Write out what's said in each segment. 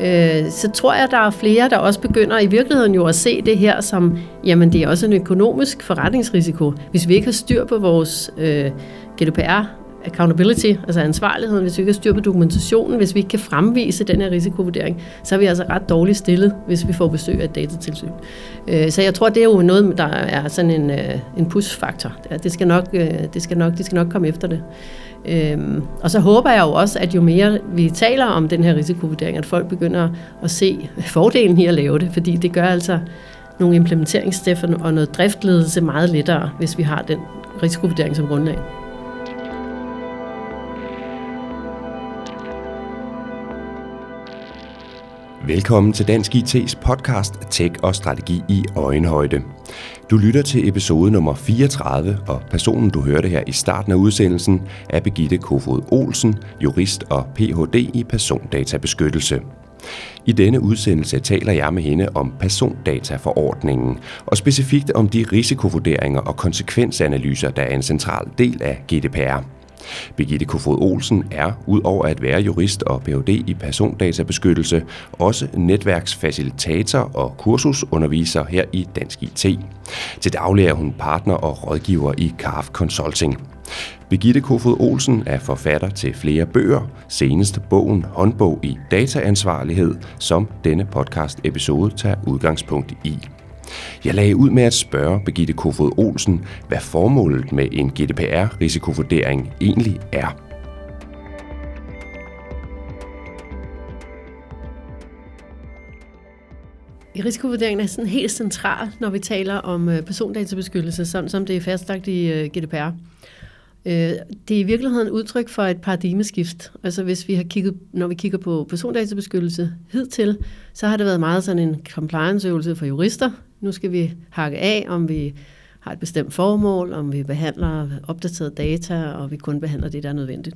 så tror jeg, at der er flere, der også begynder i virkeligheden jo at se det her som, jamen det er også en økonomisk forretningsrisiko. Hvis vi ikke har styr på vores GDPR, accountability, altså ansvarligheden, hvis vi ikke har styr på dokumentationen, hvis vi ikke kan fremvise den her risikovurdering, så er vi altså ret dårligt stillet, hvis vi får besøg af et datatilsyn. Så jeg tror, det er jo noget, der er sådan en push-faktor. De skal nok komme efter det. Og så håber jeg jo også, at jo mere vi taler om den her risikovurdering, at folk begynder at se fordelen i at lave det, fordi det gør altså nogle implementeringsstep og noget driftledelse meget lettere, hvis vi har den risikovurdering som grundlag. Velkommen til Dansk IT's podcast Tech og Strategi i øjenhøjde. Du lytter til episode nummer 34, og personen du hørte her i starten af udsendelsen er Birgitte Kofod Olsen, jurist og Ph.D. i persondatabeskyttelse. I denne udsendelse taler jeg med hende om persondataforordningen, og specifikt om de risikovurderinger og konsekvensanalyser, der er en central del af GDPR. Birgitte Kofod Olsen er, udover at være jurist og Ph.D. i persondatabeskyttelse, også netværksfacilitator og kursusunderviser her i Dansk IT. Til daglig er hun partner og rådgiver i CARF Consulting. Birgitte Kofod Olsen er forfatter til flere bøger, senest bogen Håndbog i dataansvarlighed, som denne podcast-episode tager udgangspunkt i. Jeg lagde ud med at spørge Birgitte Kofod Olsen, hvad formålet med en GDPR-risikovurdering egentlig er. Risikovurderingen er sådan helt central, når vi taler om persondatabeskyttelse, sådan som det er fastlagt i GDPR. Det er i virkeligheden udtryk for et paradigmeskift. Altså når vi kigger på persondatabeskyttelse hidtil, så har det været meget sådan en compliance-øvelse for jurister. Nu skal vi hakke af, om vi har et bestemt formål, om vi behandler opdateret data, og vi kun behandler det, der er nødvendigt.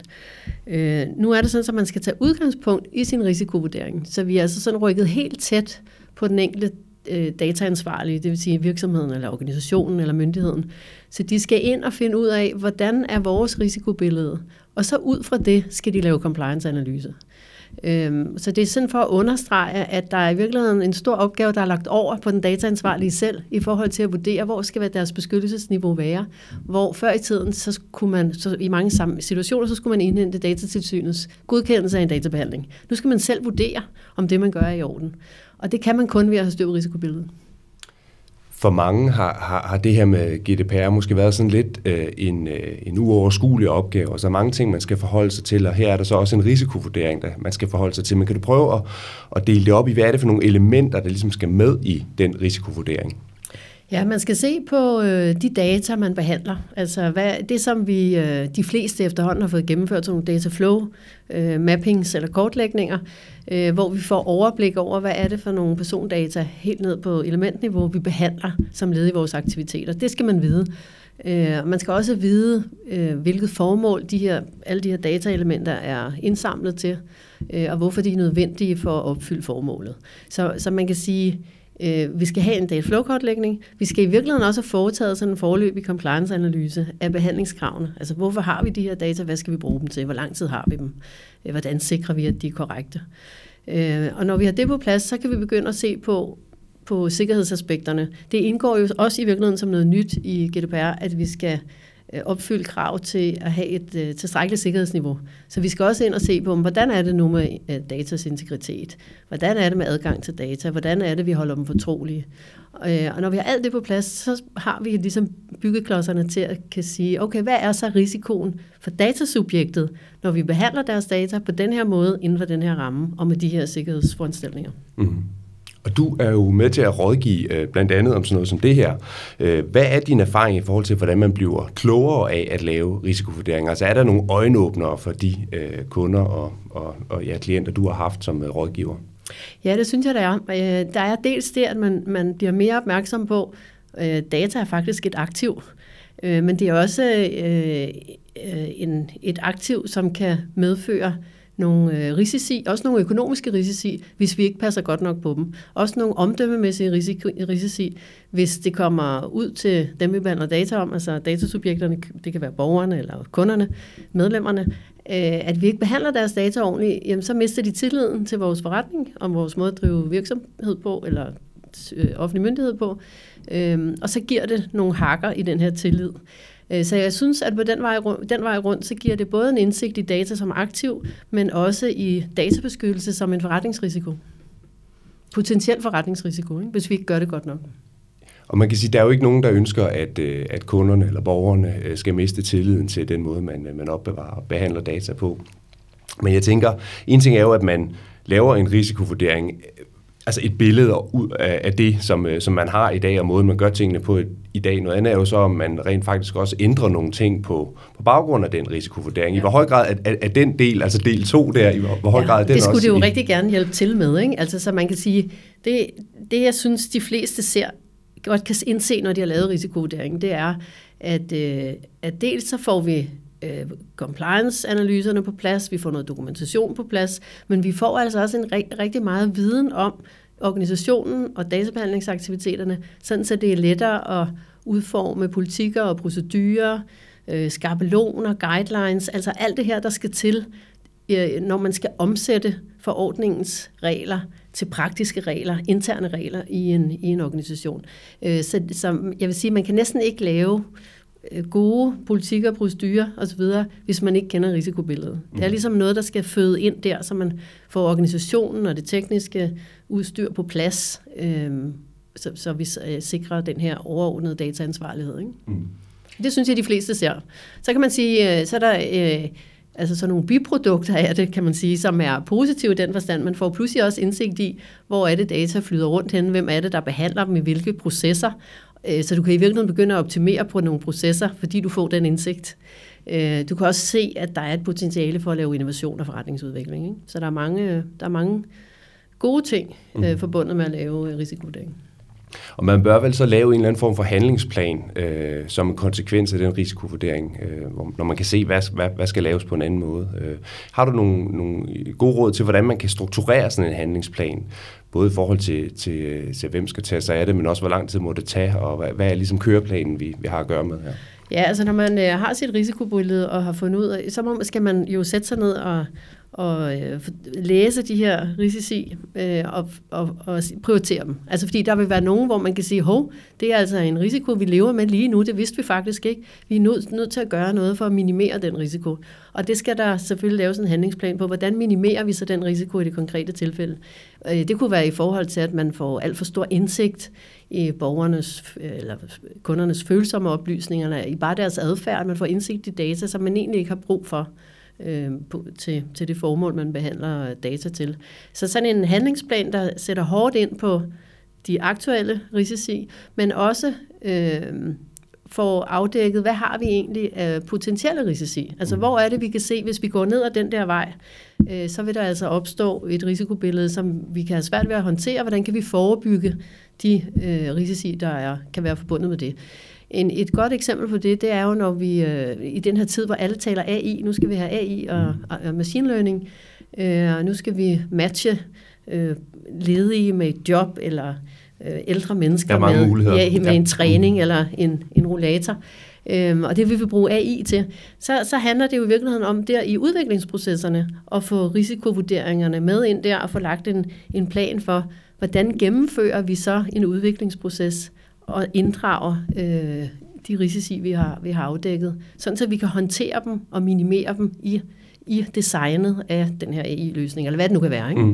Nu er det sådan, at man skal tage udgangspunkt i sin risikovurdering. Så vi er altså sådan rykket helt tæt på den enkelte dataansvarlige, det vil sige virksomheden eller organisationen eller myndigheden. Så de skal ind og finde ud af, hvordan er vores risikobillede, og så ud fra det skal de lave compliance-analyse. Så det er sådan for at understrege, at der er i virkeligheden en stor opgave, der er lagt over på den dataansvarlige selv, i forhold til at vurdere, hvor skal deres beskyttelsesniveau være. Hvor før i tiden, så i mange situationer, så skulle man indhente Datatilsynets godkendelse af en databehandling. Nu skal man selv vurdere, om det man gør er i orden. Og det kan man kun ved at have styr på risikobilledet. For mange har det her med GDPR måske været sådan lidt en uoverskuelig opgave, og så mange ting, man skal forholde sig til, og her er der så også en risikovurdering, der man skal forholde sig til. Men kan du prøve at dele det op i, hvad er det for nogle elementer, der ligesom skal med i den risikovurdering? Ja, man skal se på de data, man behandler. Altså det, som de fleste efterhånden har fået gennemført, sådan nogle data flow, mappings eller kortlægninger, hvor vi får overblik over, hvad er det for nogle persondata helt ned på elementniveau, vi behandler som led i vores aktiviteter. Det skal man vide. Man skal også vide, hvilket formål alle de her dataelementer er indsamlet til, og hvorfor de er nødvendige for at opfylde formålet. Så man kan sige, vi skal have en data flow kortlægning. Vi skal i virkeligheden også have foretaget sådan en foreløbig compliance-analyse af behandlingskravene. Altså, hvorfor har vi de her data? Hvad skal vi bruge dem til? Hvor lang tid har vi dem? Hvordan sikrer vi, at de er korrekte? Og når vi har det på plads, så kan vi begynde at se på sikkerhedsaspekterne. Det indgår jo også i virkeligheden som noget nyt i GDPR, at vi skal opfylde krav til at have et tilstrækkeligt sikkerhedsniveau. Så vi skal også ind og se på, hvordan er det nu med datas integritet? Hvordan er det med adgang til data? Hvordan er det, vi holder dem fortrolige? Og når vi har alt det på plads, så har vi ligesom byggeklodserne til at kan sige, okay, hvad er så risikoen for datasubjektet, når vi behandler deres data på den her måde, inden for den her ramme, og med de her sikkerhedsforanstaltninger? Mm-hmm. Og du er jo med til at rådgive blandt andet om sådan noget som det her. Hvad er din erfaring i forhold til, hvordan man bliver klogere af at lave risikovurderinger? Altså er der nogle øjenåbnere for de kunder og klienter, du har haft som rådgiver? Ja, det synes jeg, der er. Der er dels det, at man bliver mere opmærksom på, data er faktisk et aktiv. Men det er også et aktiv, som kan medføre nogle risici, også nogle økonomiske risici, hvis vi ikke passer godt nok på dem. Også nogle omdømmemæssige risici, hvis det kommer ud til dem, vi behandler data om, altså datasubjekterne, det kan være borgerne eller kunderne, medlemmerne, at vi ikke behandler deres data ordentligt, jamen så mister de tilliden til vores forretning, om vores måde at drive virksomhed på, eller offentlig myndighed på, og så giver det nogle hakker i den her tillid. Så jeg synes, at på den vej rundt, så giver det både en indsigt i data som aktiv, men også i databeskyttelse som en forretningsrisiko. Potentiel forretningsrisiko, ikke? Hvis vi ikke gør det godt nok. Og man kan sige, at der er jo ikke nogen, der ønsker, at kunderne eller borgerne skal miste tilliden til den måde, man opbevarer og behandler data på. Men jeg tænker, en ting er jo, at man laver en risikovurdering, altså et billede af det, som man har i dag, og måden, man gør tingene på i dag. Noget andet er jo så, om man rent faktisk også ændrer nogle ting på baggrund af den risikovurdering. I hvor høj grad er den del, altså del 2 der, i hvor høj grad er den også? Det skulle det jo rigtig gerne hjælpe til med, ikke? Altså, så man kan sige, det jeg synes, de fleste godt kan indse, når de har lavet risikovurderingen, det er, at dels så får vi compliance-analyserne på plads, vi får noget dokumentation på plads, men vi får altså også en rigtig meget viden om organisationen og databehandlingsaktiviteterne, sådan så det er lettere at udforme politikker og procedurer, skabeloner, guidelines, altså alt det her, der skal til, når man skal omsætte forordningens regler til praktiske regler, interne regler i en organisation. Så jeg vil sige, man kan næsten ikke lave gode politikker, procedurer osv., hvis man ikke kender risikobilledet. Det er ligesom noget, der skal føde ind der, så man får organisationen og det tekniske udstyr på plads, så vi sikrer den her overordnede dataansvarlighed. Ikke? Det synes jeg, de fleste ser. Så kan man sige, så er der altså sådan nogle biprodukter af det, kan man sige, som er positive i den forstand. Man får pludselig også indsigt i, hvor er det data flyder rundt hen, hvem er det, der behandler dem i hvilke processer. Så du kan i virkeligheden begynde at optimere på nogle processer, fordi du får den indsigt. Du kan også se, at der er et potentiale for at lave innovation og forretningsudvikling. Ikke? Så der er mange gode ting forbundet med at lave risikovurdering. Og man bør vel så lave en eller anden form for handlingsplan som en konsekvens af den risikovurdering, når man kan se, hvad skal laves på en anden måde. Har du nogle gode råd til, hvordan man kan strukturere sådan en handlingsplan, både i forhold til hvem skal tage sig af det, men også hvor lang tid må det tage, og hvad er ligesom køreplanen, vi har at gøre med her? Ja, altså når man har sit risikobillede og har fundet ud af, så skal man jo sætte sig ned og læse de her risici og prioritere dem. Altså fordi der vil være nogen, hvor man kan sige, det er altså en risiko, vi lever med lige nu, det vidste vi faktisk ikke. Vi er nødt til at gøre noget for at minimere den risiko. Og det skal der selvfølgelig laves en handlingsplan på, hvordan minimerer vi så den risiko i det konkrete tilfælde. Det kunne være i forhold til, at man får alt for stor indsigt i borgernes eller kundernes følsomme oplysninger, eller i bare deres adfærd, man får indsigt i data, som man egentlig ikke har brug for til det formål, man behandler data til. Så sådan en handlingsplan, der sætter hårdt ind på de aktuelle risici, men også får afdækket, hvad har vi egentlig af potentielle risici? Altså, hvor er det, vi kan se, hvis vi går ned ad den der vej, så vil der altså opstå et risikobillede, som vi kan have svært ved at håndtere. Hvordan kan vi forebygge de risici, der kan være forbundet med det? Et godt eksempel på det er jo, når vi i den her tid, hvor alle taler AI, nu skal vi have AI og machine learning, og nu skal vi matche ledige med et job, eller ældre mennesker med en træning eller en rollator. Og det vil vi bruge AI til. Så handler det jo i virkeligheden om der i udviklingsprocesserne at få risikovurderingerne med ind der og få lagt en plan for, hvordan gennemfører vi så en udviklingsproces og inddrager de risici, vi har afdækket, sådan så vi kan håndtere dem og minimere dem i designet af den her AI-løsning, eller hvad det nu kan være, ikke?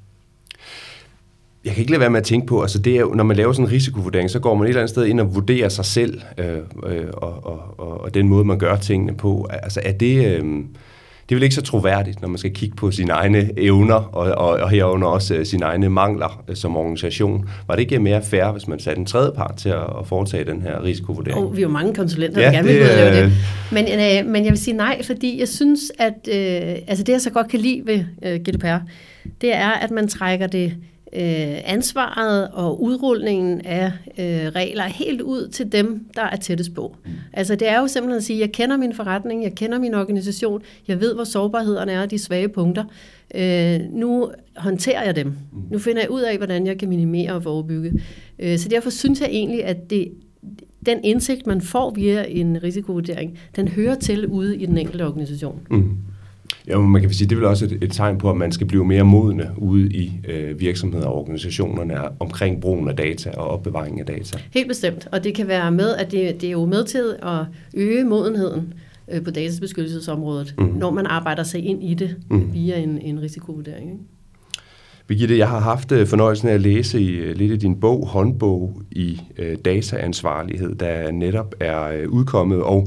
Jeg kan ikke lade være med at tænke på, altså det er jo, når man laver sådan en risikovurdering, så går man et eller andet sted ind og vurderer sig selv, og den måde, man gør tingene på. Altså er det er vel ikke så troværdigt, når man skal kigge på sine egne evner, og herunder også sine egne mangler som organisation. Var det ikke mere fair, hvis man satte en tredje part til at foretage den her risikovurdering? Vi er jo mange konsulenter, der gerne vil lave det. Men jeg vil sige nej, fordi jeg synes, at altså det jeg så godt kan lide ved GDPR, det er, at man trækker det ansvaret og udrulningen af regler helt ud til dem, der er tættest på. Altså det er jo simpelthen at sige, jeg kender min forretning, jeg kender min organisation, jeg ved, hvor sårbarhederne er, de svage punkter. Nu håndterer jeg dem. Nu finder jeg ud af, hvordan jeg kan minimere og forebygge. Så derfor synes jeg egentlig, at den indsigt, man får via en risikovurdering, den hører til ude i den enkelte organisation. Ja, man kan sige, det er vel også et tegn på, at man skal blive mere modne ude i virksomheder og organisationerne omkring brugen af data og opbevaring af data. Helt bestemt, og det kan være med, at det er jo med til at øge modenheden på databeskyttelsesområdet, når man arbejder sig ind i det via en risikovurdering. Ikke? Birgitte, jeg har haft fornøjelsen af at læse lidt i din bog, håndbog i dataansvarlighed, der netop er udkommet, og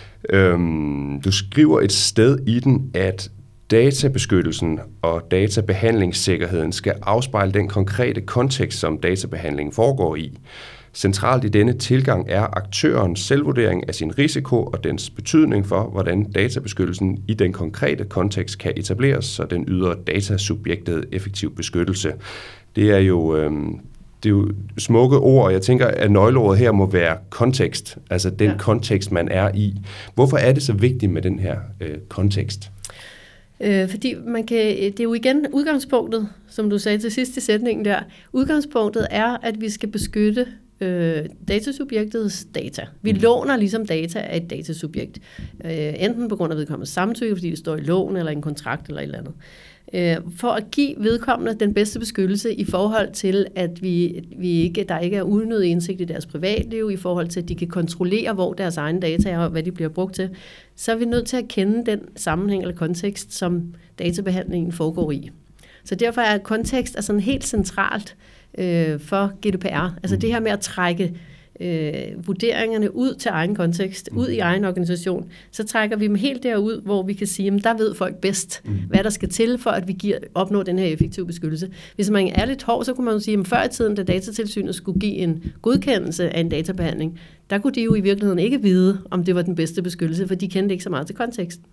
du skriver et sted i den, at databeskyttelsen og databehandlingssikkerheden skal afspejle den konkrete kontekst, som databehandlingen foregår i. Centralt i denne tilgang er aktørens selvvurdering af sin risiko og dens betydning for, hvordan databeskyttelsen i den konkrete kontekst kan etableres, så den yder datasubjektet effektiv beskyttelse. Det er jo smukke ord, og jeg tænker, at nøgleordet her må være kontekst, altså den kontekst, man er i. Hvorfor er det så vigtigt med den her kontekst? Fordi det er jo igen udgangspunktet, som du sagde til sidst i sætningen der. Udgangspunktet er, at vi skal beskytte datasubjektets data. Vi låner ligesom data af et datasubjekt. Enten på grund af vedkommendes samtykke, fordi det står i loven eller i en kontrakt eller et eller andet. For at give vedkommende den bedste beskyttelse i forhold til, at der ikke er unødig indsigt i deres privatliv, i forhold til, at de kan kontrollere, hvor deres egne data er og hvad de bliver brugt til, så er vi nødt til at kende den sammenhæng eller kontekst, som databehandlingen foregår i. Så derfor er kontekst sådan helt centralt for GDPR. Altså det her med at trække vurderingerne ud til egen kontekst, ud i egen organisation, så trækker vi dem helt derud, hvor vi kan sige, at der ved folk bedst, hvad der skal til, for at vi opnår den her effektive beskyttelse. Hvis man er lidt hård, så kunne man jo sige, at før i tiden, da Datatilsynet skulle give en godkendelse af en databehandling, der kunne de jo i virkeligheden ikke vide, om det var den bedste beskyttelse, for de kendte ikke så meget til konteksten.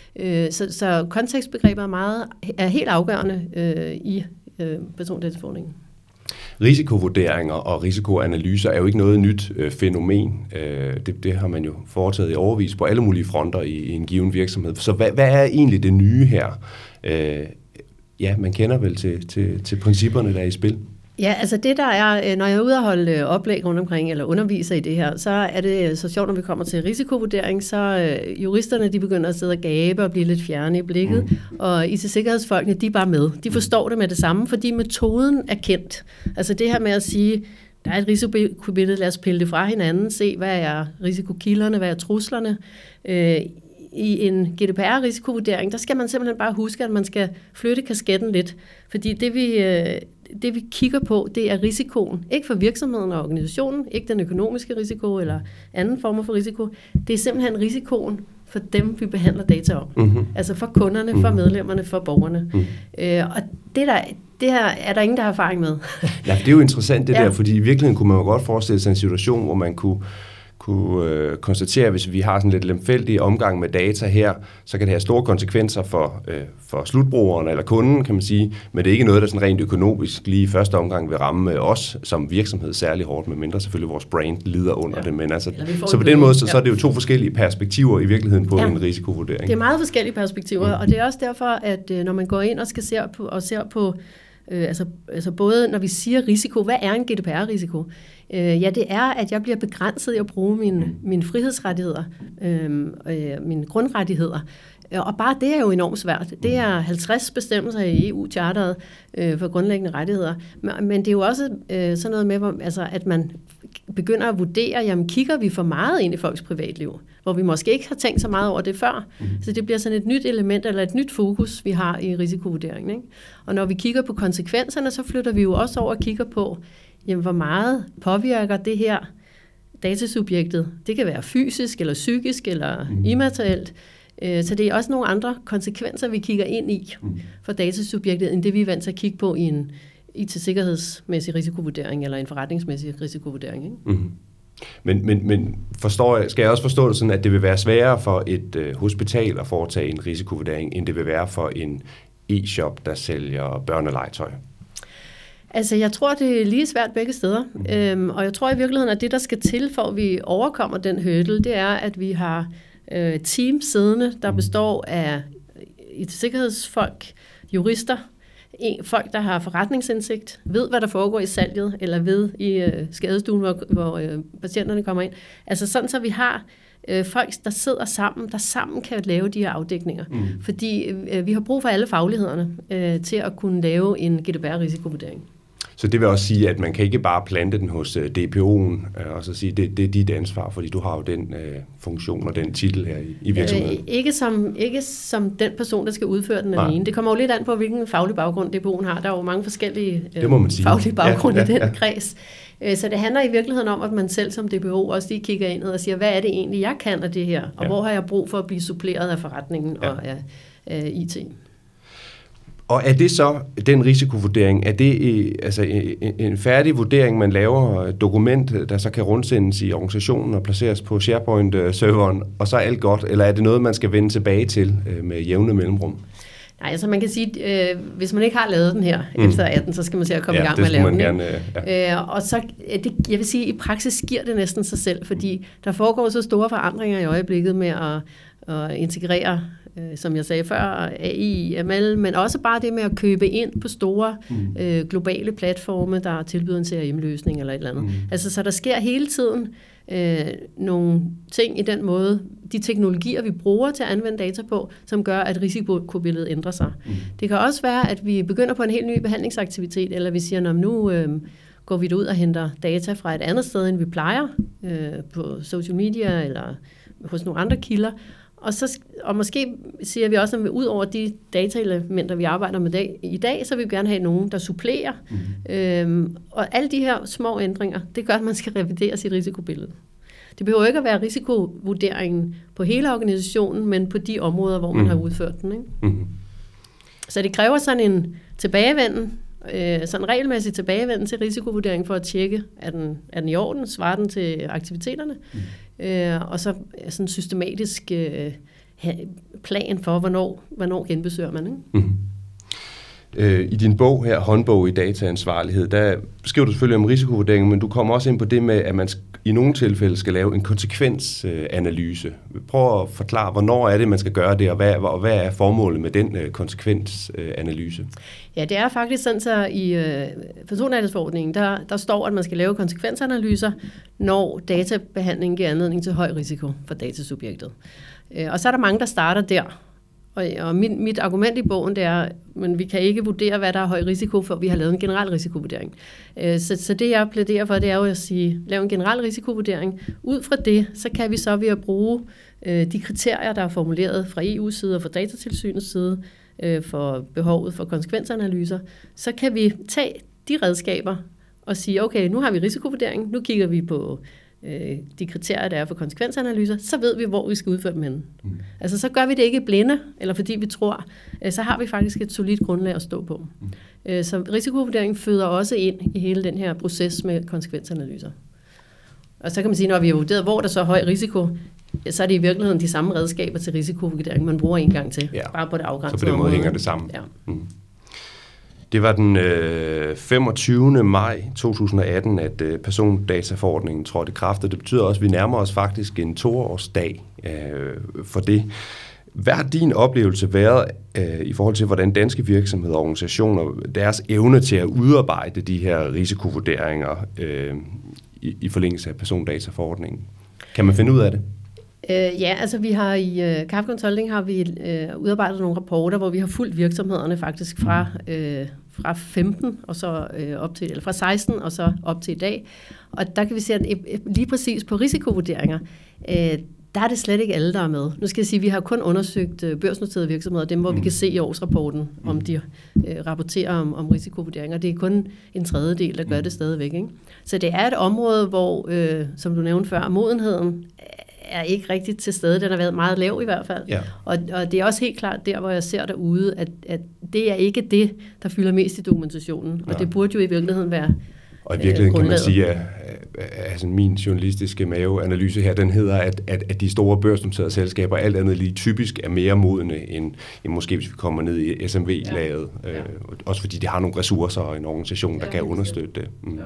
Så kontekstbegrebet er helt afgørende i persondataforordningen. Risikovurderinger og risikoanalyser er jo ikke noget nyt fænomen. Det har man jo foretaget i årevis på alle mulige fronter i en given virksomhed. Så hvad er egentlig det nye her? Man kender vel til principperne, der er i spil. Ja, altså det der er, når jeg er ude og holde oplæg rundt omkring, eller underviser i det her, så er det så sjovt, når vi kommer til risikovurdering, så juristerne, de begynder at sidde og gabe og blive lidt fjerne i blikket, og IT-sikkerhedsfolkene, de er bare med. De forstår det med det samme, fordi metoden er kendt. Altså det her med at sige, der er et risikobillede, lad os pille det fra hinanden, se hvad er risikokilderne, hvad er truslerne. I en GDPR-risikovurdering, der skal man simpelthen bare huske, at man skal flytte kasketten lidt, fordi det vi kigger på, det er risikoen. Ikke for virksomheden og organisationen, ikke den økonomiske risiko eller anden former for risiko. Det er simpelthen risikoen for dem, vi behandler data om. Altså for kunderne, for medlemmerne, for borgerne. Og det her er der ingen, der har erfaring med. Ja, det er jo interessant det der, fordi i virkeligheden kunne man jo godt forestille sig en situation, hvor man kunne konstatere, at hvis vi har sådan lidt lemfældig omgang med data her, så kan det have store konsekvenser for slutbrugeren eller kunden, kan man sige, men det er ikke noget, der sådan rent økonomisk lige i første omgang vil ramme os som virksomhed særlig hårdt, medmindre selvfølgelig vores brand lider under det, men altså, så på den måde, så er det jo to forskellige perspektiver i virkeligheden på en risikovurdering. Det er meget forskellige perspektiver, og det er også derfor, at når man går ind og skal ser på altså både når vi siger risiko, hvad er en GDPR-risiko? Det er, at jeg bliver begrænset i at bruge mine frihedsrettigheder, mine grundrettigheder. Og bare det er jo enormt svært. Det er 50 bestemmelser i EU-charteret for grundlæggende rettigheder. Men det er jo også sådan noget med, at man begynder at vurdere, jamen kigger vi for meget ind i folks privatliv, hvor vi måske ikke har tænkt så meget over det før. Så det bliver sådan et nyt element, eller et nyt fokus, vi har i risikovurderingen. Ikke? Og når vi kigger på konsekvenserne, så flytter vi jo også over og kigger på, jamen, hvor meget påvirker det her datasubjektet? Det kan være fysisk, eller psykisk, eller immaterielt. Så det er også nogle andre konsekvenser, vi kigger ind i for datasubjektet, end det vi er vant til at kigge på i en IT-sikkerhedsmæssig risikovurdering, eller en forretningsmæssig risikovurdering. Ikke? Men skal jeg også forstå det sådan, at det vil være sværere for et hospital at foretage en risikovurdering, end det vil være for en e-shop, der sælger børnelegetøj? Altså, jeg tror, det er lige svært begge steder. Og jeg tror i virkeligheden, at det, der skal til, for at vi overkommer den hurdle, det er, at vi har team siddende, der består af IT-sikkerhedsfolk, jurister, folk, der har forretningsindsigt, ved, hvad der foregår i salget, eller ved i skadestuen, hvor patienterne kommer ind. Altså sådan, så vi har folk, der sidder sammen, der sammen kan lave de her afdækninger. Fordi vi har brug for alle faglighederne til at kunne lave en GDPR-risikovurdering. Så det vil også sige, at man kan ikke bare plante den hos DPO'en og så sige, det er dit ansvar, fordi du har jo den funktion og den titel her i virksomheden. Ikke som den person, der skal udføre den alene. Det kommer jo lidt an på, hvilken faglig baggrund DPO'en har. Der er jo mange forskellige faglige baggrunde i den kreds. Så det handler i virkeligheden om, at man selv som DPO også lige kigger ind og siger, hvad er det egentlig, jeg kan af det her, og hvor har jeg brug for at blive suppleret af forretningen og af IT. Og er det så den risikovurdering, er det en færdig vurdering, man laver, et dokument, der så kan rundsendes i organisationen og placeres på SharePoint-serveren, og så er alt godt, eller er det noget, man skal vende tilbage til med jævne mellemrum? Nej, altså man kan sige, hvis man ikke har lavet den her efter 18, så skal man se at komme i gang med at lave den. Gerne, og så, jeg vil sige, i praksis giver det næsten sig selv, fordi der foregår så store forandringer i øjeblikket med at integrere, som jeg sagde før, AI, ML, men også bare det med at købe ind på store globale platforme, der tilbyder en CRM-løsning eller et eller andet. Altså, så der sker hele tiden nogle ting i den måde, de teknologier, vi bruger til at anvende data på, som gør, at risikobilledet ændrer sig. Det kan også være, at vi begynder på en helt ny behandlingsaktivitet, eller vi siger, nu går vi ud og henter data fra et andet sted, end vi plejer, på social media eller hos nogle andre kilder. Og måske siger vi også, at ud over de dataelementer, vi arbejder med i dag, så vil vi gerne have nogen, der supplerer. Og alle de her små ændringer, det gør, at man skal revidere sit risikobillede. Det behøver ikke at være risikovurderingen på hele organisationen, men på de områder, hvor man har udført den. Ikke? Så det kræver sådan en tilbagevenden, sådan regelmæssig tilbagevenden til risikovurdering for at tjekke, er den i orden, svarer den til aktiviteterne, og så sådan en systematisk plan for, hvornår genbesøger man. Ikke? I din bog her, håndbog i dataansvarlighed, der skriver du selvfølgelig om risikovurdering, men du kommer også ind på det med, at man i nogle tilfælde skal lave en konsekvensanalyse. Prøv at forklare, hvornår er det, man skal gøre det, og hvad er formålet med den konsekvensanalyse? Ja, det er faktisk sådan, så i persondataforordningen, der står, at man skal lave konsekvensanalyser, når databehandlingen giver anledning til høj risiko for datasubjektet. Og så er der mange, der starter der. Og mit argument i bogen, det er, men vi kan ikke vurdere, hvad der er høj risiko, før vi har lavet en generel risikovurdering. Så det, jeg plæderer for, det er jo at sige, lave en generel risikovurdering. Ud fra det, så kan vi så ved at bruge de kriterier, der er formuleret fra EU's side og fra Datatilsynets side, for behovet for konsekvensanalyser, så kan vi tage de redskaber og sige, okay, nu har vi risikovurdering, nu kigger vi på de kriterier, der er for konsekvensanalyser, så ved vi, hvor vi skal udføre dem henne. Altså, så gør vi det ikke blinde, eller fordi vi tror, så har vi faktisk et solidt grundlag at stå på. Så risikovurdering føder også ind i hele den her proces med konsekvensanalyser. Og så kan man sige, når vi har vurderet, hvor der så er høj risiko, så er det i virkeligheden de samme redskaber til risikovurdering, man bruger en gang til, bare på det afgrænsede. Så på den måde hænger det sammen. Ja. Det var den 25. maj 2018, at persondataforordningen trådte i kraft, og det betyder også, at vi nærmer os faktisk en 2-årsdag for det. Hvad har din oplevelse været i forhold til, hvordan danske virksomheder og organisationer, deres evne til at udarbejde de her risikovurderinger i forlængelse af persondataforordningen? Kan man finde ud af det? Ja, altså vi har i CAF Consulting har vi udarbejdet nogle rapporter, hvor vi har fulgt virksomhederne faktisk fra 15 og så op til, eller fra 16 og så op til i dag. Og der kan vi se, at lige præcis på risikovurderinger, der er det slet ikke alle, der er med. Nu skal jeg sige, at vi har kun undersøgt børsnoterede virksomheder, dem hvor vi kan se i årsrapporten, om de rapporterer om risikovurderinger. Det er kun en tredjedel, der gør det stadigvæk. Ikke? Så det er et område, hvor, som du nævnte før, modenheden er ikke rigtigt til stede. Den har været meget lav i hvert fald. Ja. Og det er også helt klart der, hvor jeg ser derude, at det er ikke det, der fylder mest i dokumentationen. Og det burde jo i virkeligheden være Og i virkeligheden kan man sige, at altså min journalistiske maveanalyse her, den hedder, at de store børsnoterede selskaber alt andet lige typisk er mere modne, end måske hvis vi kommer ned i SMV-laget. Ja. Også fordi de har nogle ressourcer og en organisation, der kan understøtte det. Mm. Ja.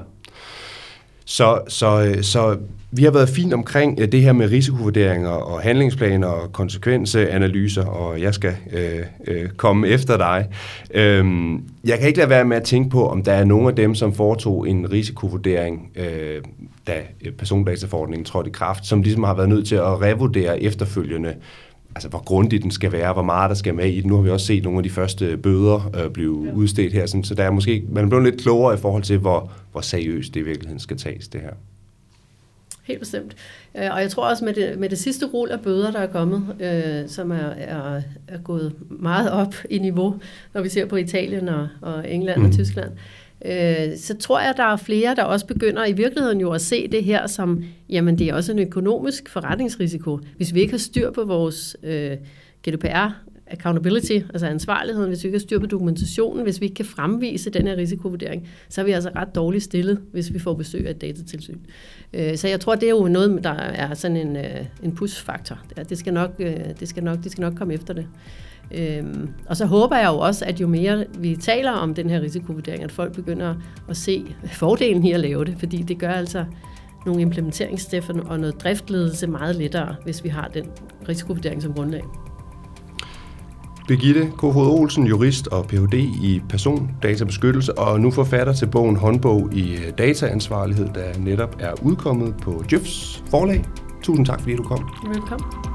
Så vi har været fint omkring det her med risikovurderinger og handlingsplaner og konsekvensanalyser, og jeg skal komme efter dig. Jeg kan ikke lade være med at tænke på, om der er nogle af dem, som foretog en risikovurdering, da persondataforordningen trådte i kraft, som ligesom har været nødt til at revurdere efterfølgende, altså hvor grundigt den skal være, hvor meget der skal med i den. Nu har vi også set nogle af de første bøder blive udstedt her, så der er måske, man er blevet lidt klogere i forhold til, hvor seriøst det i virkeligheden skal tages, det her. Helt bestemt. Og jeg tror også med det sidste rul af bøder, der er kommet, som er gået meget op i niveau, når vi ser på Italien og England og Tyskland, så tror jeg, der er flere, der også begynder i virkeligheden jo at se det her som, jamen det er også en økonomisk forretningsrisiko. Hvis vi ikke har styr på vores GDPR, accountability, altså ansvarligheden, hvis vi ikke har styr på dokumentationen, hvis vi ikke kan fremvise den her risikovurdering, så er vi altså ret dårligt stillet, hvis vi får besøg af et datatilsyn. Så jeg tror, det er jo noget, der er sådan en push-faktor. De skal nok komme efter det. Og så håber jeg jo også, at jo mere vi taler om den her risikovurdering, at folk begynder at se fordelen i at lave det, fordi det gør altså nogle implementeringsstep og noget driftledelse meget lettere, hvis vi har den risikovurdering som grundlag. Birgitte Kofoed Olsen, jurist og Ph.D. i persondatabeskyttelse, og nu forfatter til bogen Håndbog i dataansvarlighed, der netop er udkommet på Djøfs forlag. Tusind tak, fordi du kom. Velkommen.